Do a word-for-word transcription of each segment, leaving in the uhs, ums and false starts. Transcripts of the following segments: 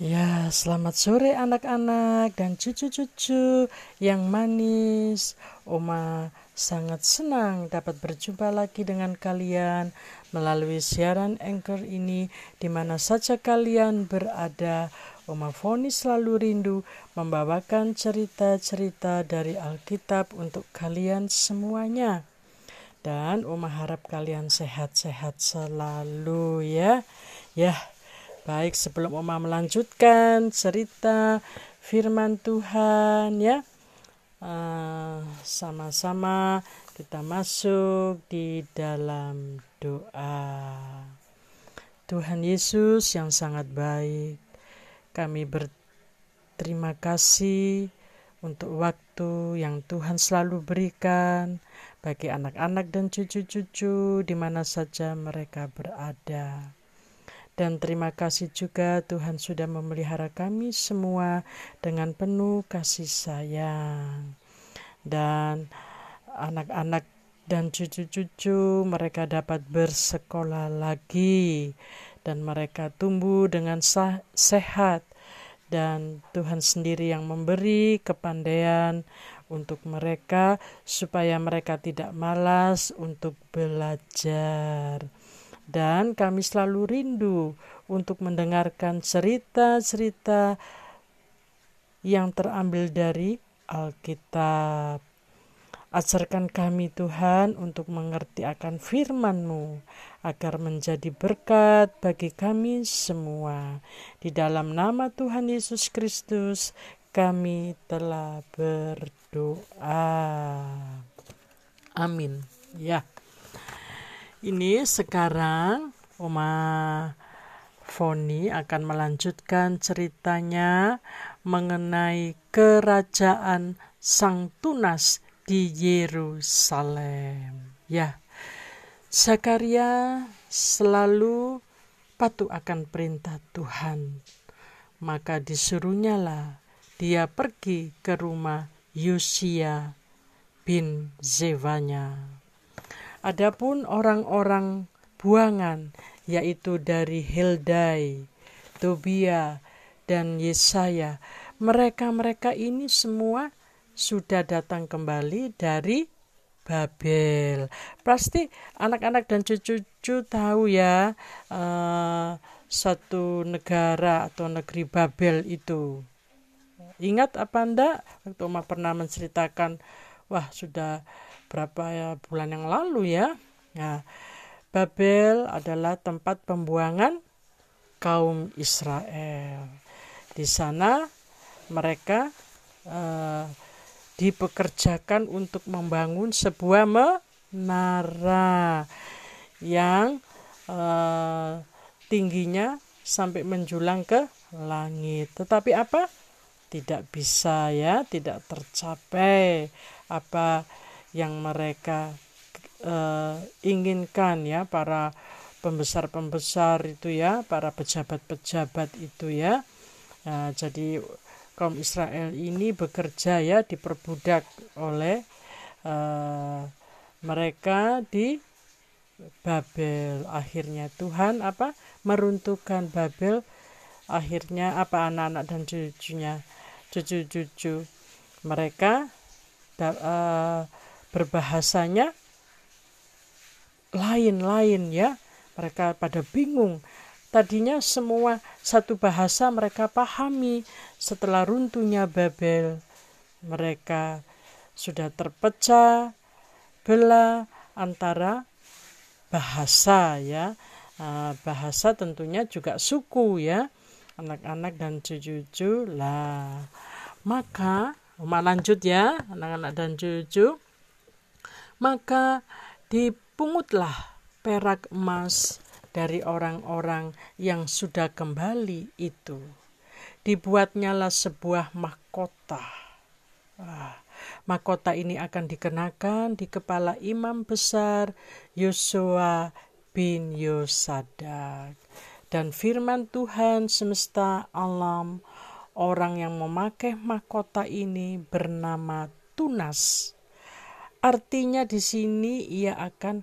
Ya, selamat sore anak-anak dan cucu-cucu yang manis. Oma sangat senang dapat berjumpa lagi dengan kalian melalui siaran Anchor ini di mana saja kalian berada. Oma Foni selalu rindu membawakan cerita-cerita dari Alkitab untuk kalian semuanya. Dan Oma harap kalian sehat-sehat selalu ya. Ya, baik, sebelum Oma melanjutkan cerita firman Tuhan ya, uh, sama-sama kita masuk di dalam doa. Tuhan Yesus yang sangat baik, kami berterima kasih untuk waktu yang Tuhan selalu berikan bagi anak-anak dan cucu-cucu di mana saja mereka berada. Dan terima kasih juga Tuhan sudah memelihara kami semua dengan penuh kasih sayang. Dan anak-anak dan cucu-cucu mereka dapat bersekolah lagi. Dan mereka tumbuh dengan sah- sehat. Dan Tuhan sendiri yang memberi kepandaian untuk mereka supaya mereka tidak malas untuk belajar. Dan kami selalu rindu untuk mendengarkan cerita-cerita yang terambil dari Alkitab. Ajarkan kami Tuhan untuk mengerti akan firman-Mu agar menjadi berkat bagi kami semua. Di dalam nama Tuhan Yesus Kristus kami telah berdoa. Amin. Ya. Ini sekarang Oma Foni akan melanjutkan ceritanya mengenai kerajaan Sang Tunas di Yerusalem. Ya, Zakaria selalu patuh akan perintah Tuhan. Maka disuruhnyalah dia pergi ke rumah Yosia bin Zefanya. Adapun orang-orang buangan, yaitu dari Heldai, Tobia, dan Yesaya, mereka-mereka ini semua sudah datang kembali dari Babel. Pasti anak-anak dan cucu-cucu tahu ya, uh, satu negara atau negeri Babel itu. Ingat apa enggak? Waktu Oma pernah menceritakan, wah sudah berapa ya bulan yang lalu ya. Nah, Babel adalah tempat pembuangan kaum Israel. Di sana mereka uh, dipekerjakan untuk membangun sebuah menara yang uh, tingginya sampai menjulang ke langit. Tetapi apa? Tidak bisa ya, tidak tercapai apa yang mereka uh, inginkan ya, para pembesar-pembesar itu ya, para pejabat-pejabat itu ya. Nah, jadi kaum Israel ini bekerja ya, diperbudak oleh uh, mereka di Babel. Akhirnya Tuhan apa? Meruntuhkan Babel. Akhirnya apa? Anak-anak dan cucunya, cucu-cucu mereka uh, berbahasanya lain-lain ya. Mereka pada bingung. Tadinya semua satu bahasa mereka pahami. Setelah runtuhnya Babel, mereka sudah terpecah belah antara bahasa ya. Uh, bahasa tentunya juga suku ya. Anak-anak dan cucu-cucu lah. Maka Oma lanjut ya, anak-anak dan cucu. Maka dipungutlah perak emas dari orang-orang yang sudah kembali itu. Dibuatnyalah sebuah mahkota. Ah, mahkota ini akan dikenakan di kepala imam besar Yosua bin Yosadak. Dan firman Tuhan semesta alam, orang yang memakai mahkota ini bernama Tunas. Artinya di sini ia akan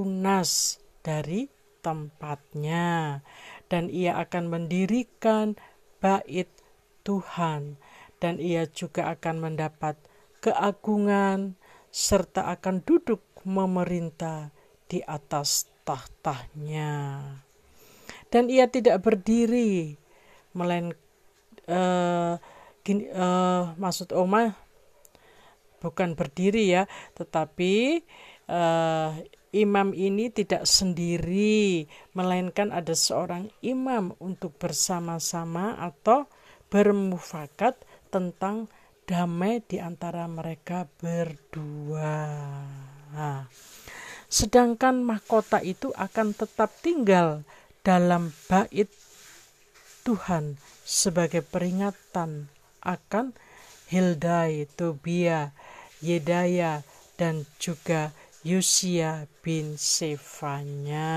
bertunas dari tempatnya dan ia akan mendirikan bait Tuhan, dan ia juga akan mendapat keagungan serta akan duduk memerintah di atas tahtanya. Dan ia tidak berdiri melainkan uh, gini, uh, maksud Oma bukan berdiri ya, tetapi uh, imam ini tidak sendiri, melainkan ada seorang imam untuk bersama-sama atau bermufakat tentang damai di antara mereka berdua. Nah, sedangkan mahkota itu akan tetap tinggal dalam bait Tuhan sebagai peringatan akan Hildai, Tobia, Yedaya, dan juga Yosia bin Sefanya.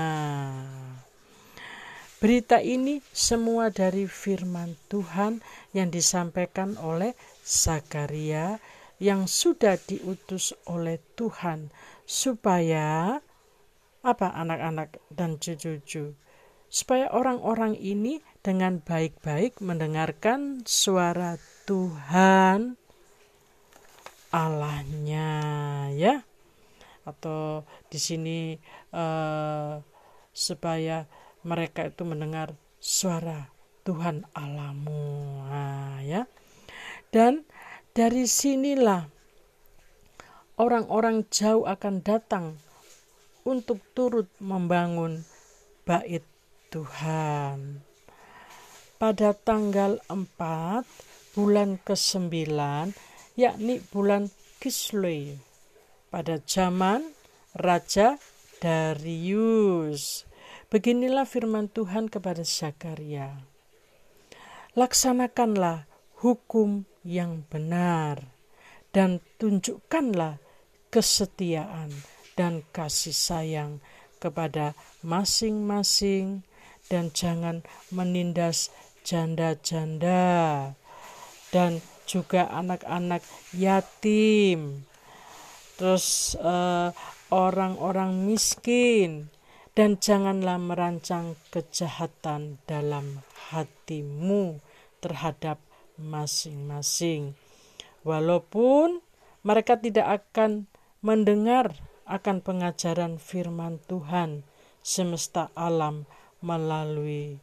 Berita ini semua dari firman Tuhan yang disampaikan oleh Zakaria yang sudah diutus oleh Tuhan supaya apa anak-anak dan cucu-cucu, supaya orang-orang ini dengan baik-baik mendengarkan suara Tuhan Allahnya, ya. Atau di sini uh, supaya mereka itu mendengar suara Tuhan Allahmu, nah, ya. Dan dari sinilah orang-orang jauh akan datang untuk turut membangun bait Tuhan. Pada tanggal empat bulan kesembilan, yakni bulan Kislev, pada zaman Raja Darius. Beginilah firman Tuhan kepada Zakaria. Laksanakanlah hukum yang benar dan tunjukkanlah kesetiaan dan kasih sayang kepada masing-masing, dan jangan menindas janda-janda dan juga anak-anak yatim, terus eh, orang-orang miskin, dan janganlah merancang kejahatan dalam hatimu terhadap masing-masing, walaupun mereka tidak akan mendengar akan pengajaran firman Tuhan semesta alam melalui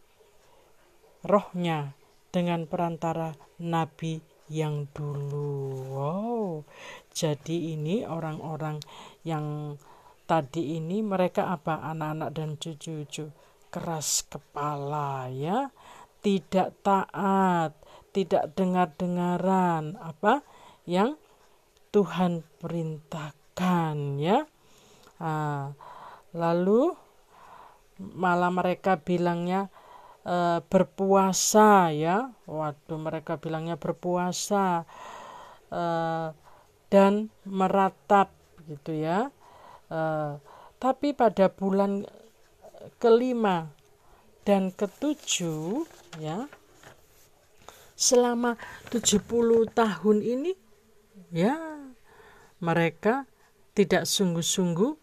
rohnya dengan perantara nabi yang dulu. Wow, jadi ini orang-orang yang tadi ini mereka apa? Anak-anak dan cucu-cucu keras kepala, ya, tidak taat, tidak dengar-dengaran apa yang Tuhan perintahkan, ya. Nah, lalu malah mereka bilangnya e, berpuasa, ya. Waduh, mereka bilangnya berpuasa e, dan meratap gitu, ya. E, tapi pada bulan kelima dan ketujuh, ya, selama tujuh puluh tahun ini, ya, mereka tidak sungguh-sungguh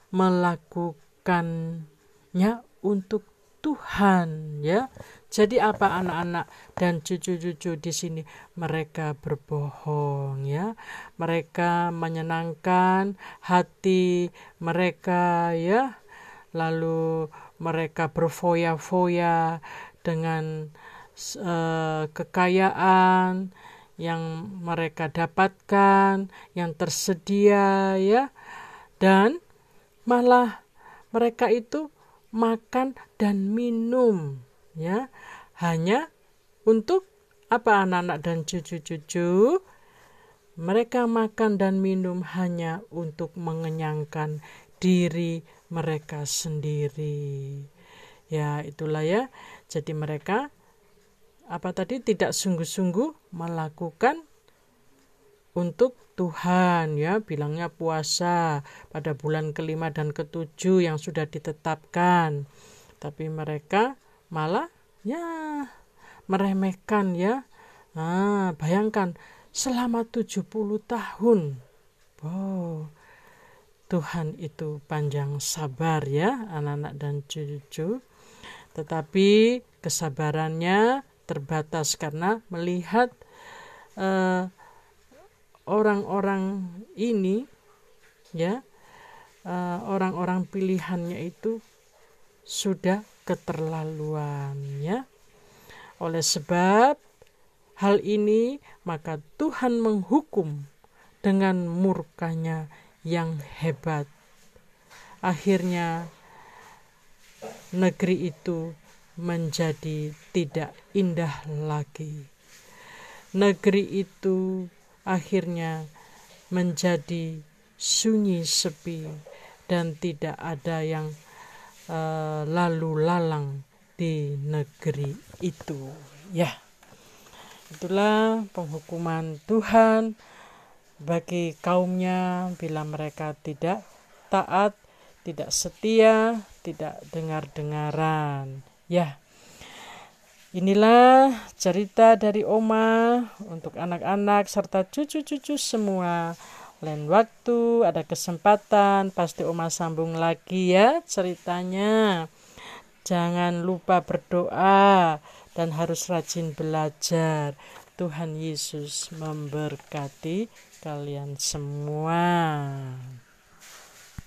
melakukannya untuk Tuhan, ya. Jadi apa anak-anak dan cucu-cucu di sini? Mereka berbohong, ya. Mereka menyenangkan hati mereka, ya. Lalu mereka berfoya-foya dengan uh, kekayaan yang mereka dapatkan, yang tersedia, ya. Dan malah mereka itu makan dan minum, ya, hanya untuk apa anak-anak dan cucu-cucu? Mereka makan dan minum hanya untuk mengenyangkan diri mereka sendiri. Ya, itulah, ya. Jadi mereka apa tadi tidak sungguh-sungguh melakukan untuk Tuhan, ya, bilangnya puasa pada bulan kelima dan ketujuh yang sudah ditetapkan, tapi mereka malah ya meremehkan, ya. Nah, bayangkan selama tujuh puluh tahun, wow, Tuhan itu panjang sabar, ya, anak-anak dan cucu, tetapi kesabarannya terbatas karena melihat uh, orang-orang ini, ya, uh, orang-orang pilihannya itu sudah keterlaluan, ya. Oleh sebab hal ini, maka Tuhan menghukum dengan murkanya yang hebat. Akhirnya negeri itu menjadi tidak indah lagi. Negeri itu akhirnya menjadi sunyi sepi dan tidak ada yang uh, lalu lalang di negeri itu. Ya, itulah penghukuman Tuhan bagi kaumnya bila mereka tidak taat, tidak setia, tidak dengar-dengaran. Ya, inilah cerita dari Oma untuk anak-anak serta cucu-cucu semua. Lain waktu ada kesempatan pasti Oma sambung lagi ya ceritanya. Jangan lupa berdoa dan harus rajin belajar. Tuhan Yesus memberkati kalian semua.